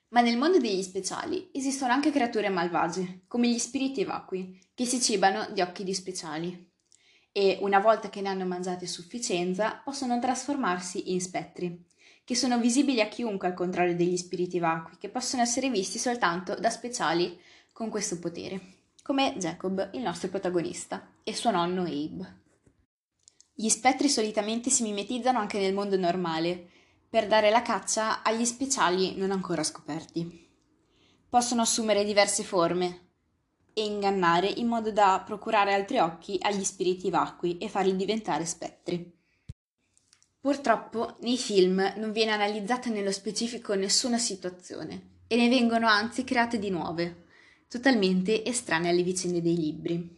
Ma nel mondo degli speciali esistono anche creature malvagie, come gli spiriti vacui, che si cibano di occhi di speciali. E una volta che ne hanno mangiati a sufficienza, possono trasformarsi in spettri, che sono visibili a chiunque al contrario degli spiriti vacui, che possono essere visti soltanto da speciali con questo potere, come Jacob, il nostro protagonista, e suo nonno Abe. Gli spettri solitamente si mimetizzano anche nel mondo normale, per dare la caccia agli speciali non ancora scoperti. Possono assumere diverse forme e ingannare in modo da procurare altri occhi agli spiriti vacui e farli diventare spettri. Purtroppo nei film non viene analizzata nello specifico nessuna situazione e ne vengono anzi create di nuove, totalmente estranee alle vicende dei libri.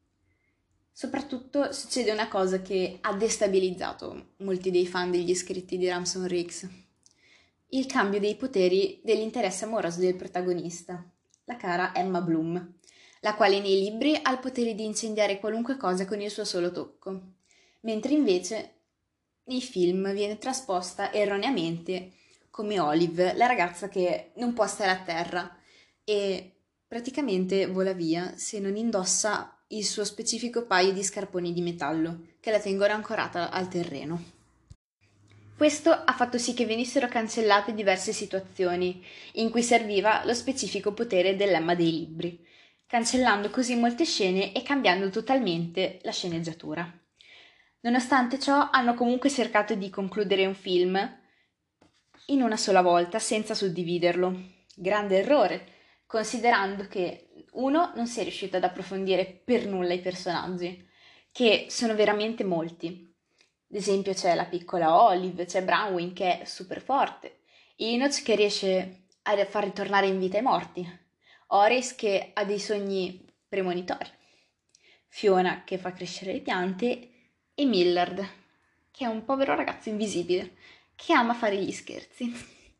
Soprattutto succede una cosa che ha destabilizzato molti dei fan degli scritti di Ramson Riggs: il cambio dei poteri dell'interesse amoroso del protagonista, la cara Emma Bloom, la quale nei libri ha il potere di incendiare qualunque cosa con il suo solo tocco, mentre invece nei film viene trasposta erroneamente come Olive, la ragazza che non può stare a terra e praticamente vola via se non indossa il suo specifico paio di scarponi di metallo che la tengono ancorata al terreno. Questo ha fatto sì che venissero cancellate diverse situazioni in cui serviva lo specifico potere dell'Emma dei libri, cancellando così molte scene e cambiando totalmente la sceneggiatura. Nonostante ciò, hanno comunque cercato di concludere un film in una sola volta, senza suddividerlo. Grande errore, considerando che uno non si è riuscito ad approfondire per nulla i personaggi, che sono veramente molti. Ad esempio c'è la piccola Olive, c'è Branwyn che è super forte, Enoch che riesce a far ritornare in vita i morti, Horace che ha dei sogni premonitori, Fiona che fa crescere le piante e Millard che è un povero ragazzo invisibile che ama fare gli scherzi.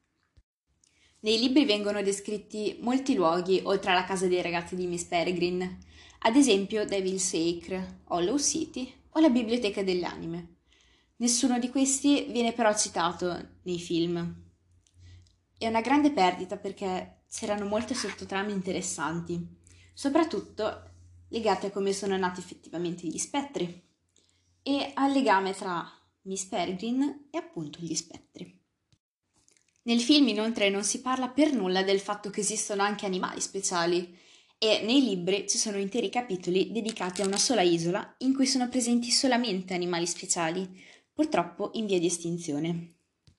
Nei libri vengono descritti molti luoghi oltre alla casa dei ragazzi di Miss Peregrine, ad esempio Devil's Acre, Hollow City o la Biblioteca delle Anime. Nessuno di questi viene però citato nei film. È una grande perdita perché c'erano molte sottotrame interessanti, soprattutto legate a come sono nati effettivamente gli spettri e al legame tra Miss Peregrine e appunto gli spettri. Nel film inoltre non si parla per nulla del fatto che esistono anche animali speciali e nei libri ci sono interi capitoli dedicati a una sola isola in cui sono presenti solamente animali speciali, purtroppo in via di estinzione.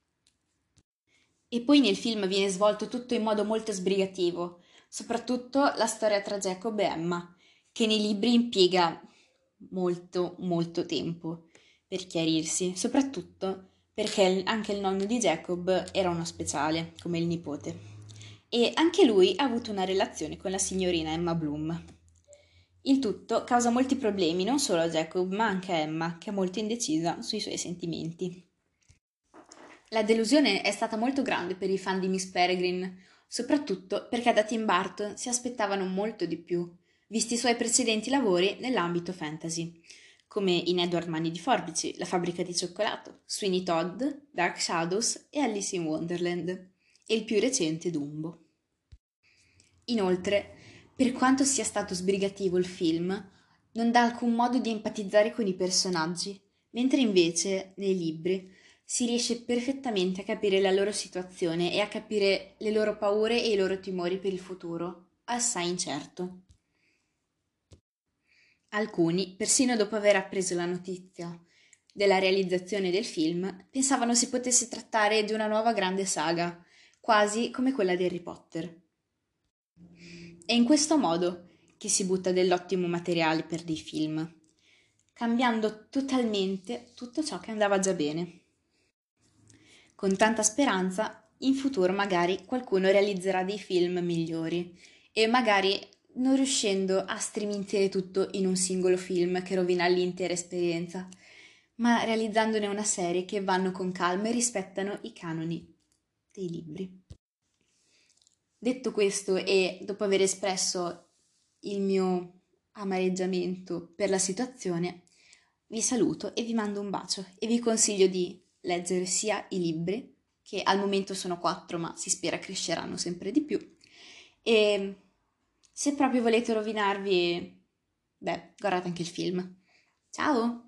E poi nel film viene svolto tutto in modo molto sbrigativo, soprattutto la storia tra Jacob e Emma, che nei libri impiega molto tempo per chiarirsi, soprattutto perché anche il nonno di Jacob era uno speciale, come il nipote. E anche lui ha avuto una relazione con la signorina Emma Bloom. Il tutto causa molti problemi non solo a Jacob, ma anche a Emma, che è molto indecisa sui suoi sentimenti. La delusione è stata molto grande per i fan di Miss Peregrine, soprattutto perché da Tim Burton si aspettavano molto di più, visti i suoi precedenti lavori nell'ambito fantasy, come in Edward Mani di Forbici, La fabbrica di cioccolato, Sweeney Todd, Dark Shadows e Alice in Wonderland, e il più recente Dumbo. Inoltre, per quanto sia stato sbrigativo il film, non dà alcun modo di empatizzare con i personaggi, mentre invece, nei libri, si riesce perfettamente a capire la loro situazione e a capire le loro paure e i loro timori per il futuro, assai incerto. Alcuni, persino dopo aver appreso la notizia della realizzazione del film, pensavano si potesse trattare di una nuova grande saga, quasi come quella di Harry Potter. È in questo modo che si butta dell'ottimo materiale per dei film, cambiando totalmente tutto ciò che andava già bene. Con tanta speranza, in futuro magari qualcuno realizzerà dei film migliori e magari non riuscendo a striminzire tutto in un singolo film che rovina l'intera esperienza, ma realizzandone una serie che vanno con calma e rispettano i canoni dei libri. Detto questo e dopo aver espresso il mio amareggiamento per la situazione, vi saluto e vi mando un bacio e vi consiglio di leggere sia i libri che al momento sono 4, ma si spera cresceranno sempre di più. E se proprio volete rovinarvi, guardate anche il film. Ciao!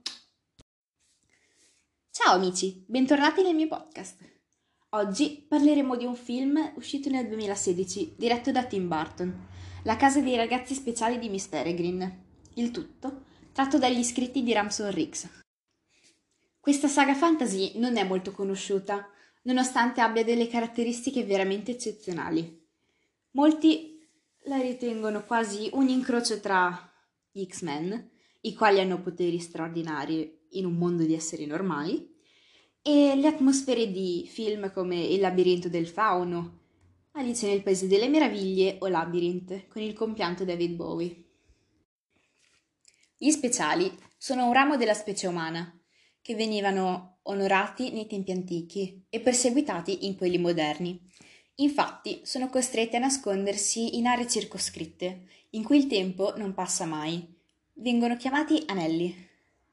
Ciao amici, bentornati nel mio podcast. Oggi parleremo di un film uscito nel 2016, diretto da Tim Burton, La casa dei ragazzi speciali di Miss Peregrine. Il tutto tratto dagli scritti di Ramson Riggs. Questa saga fantasy non è molto conosciuta, nonostante abbia delle caratteristiche veramente eccezionali. Molti la ritengono quasi un incrocio tra gli X-Men, i quali hanno poteri straordinari in un mondo di esseri normali, e le atmosfere di film come Il labirinto del fauno, Alice nel Paese delle Meraviglie o Labyrinth con il compianto David Bowie. Gli speciali sono un ramo della specie umana che venivano onorati nei tempi antichi e perseguitati in quelli moderni. Infatti sono costretti a nascondersi in aree circoscritte, in cui il tempo non passa mai. Vengono chiamati anelli.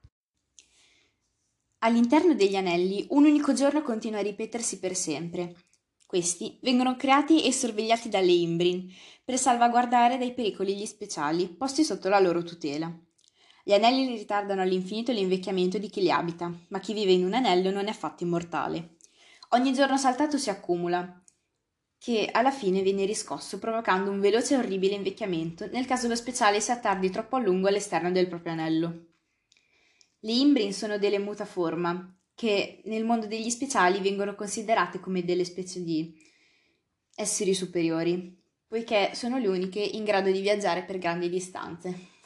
All'interno degli anelli un unico giorno continua a ripetersi per sempre. Questi vengono creati e sorvegliati dalle Imbrin per salvaguardare dai pericoli gli speciali posti sotto la loro tutela. Gli anelli ritardano all'infinito l'invecchiamento di chi li abita, ma chi vive in un anello non è affatto immortale. Ogni giorno saltato si accumula, che alla fine viene riscosso provocando un veloce e orribile invecchiamento nel caso lo speciale si attardi troppo a lungo all'esterno del proprio anello. Le Imbrin sono delle mutaforma, che nel mondo degli speciali vengono considerate come delle specie di esseri superiori, poiché sono le uniche in grado di viaggiare per grandi distanze.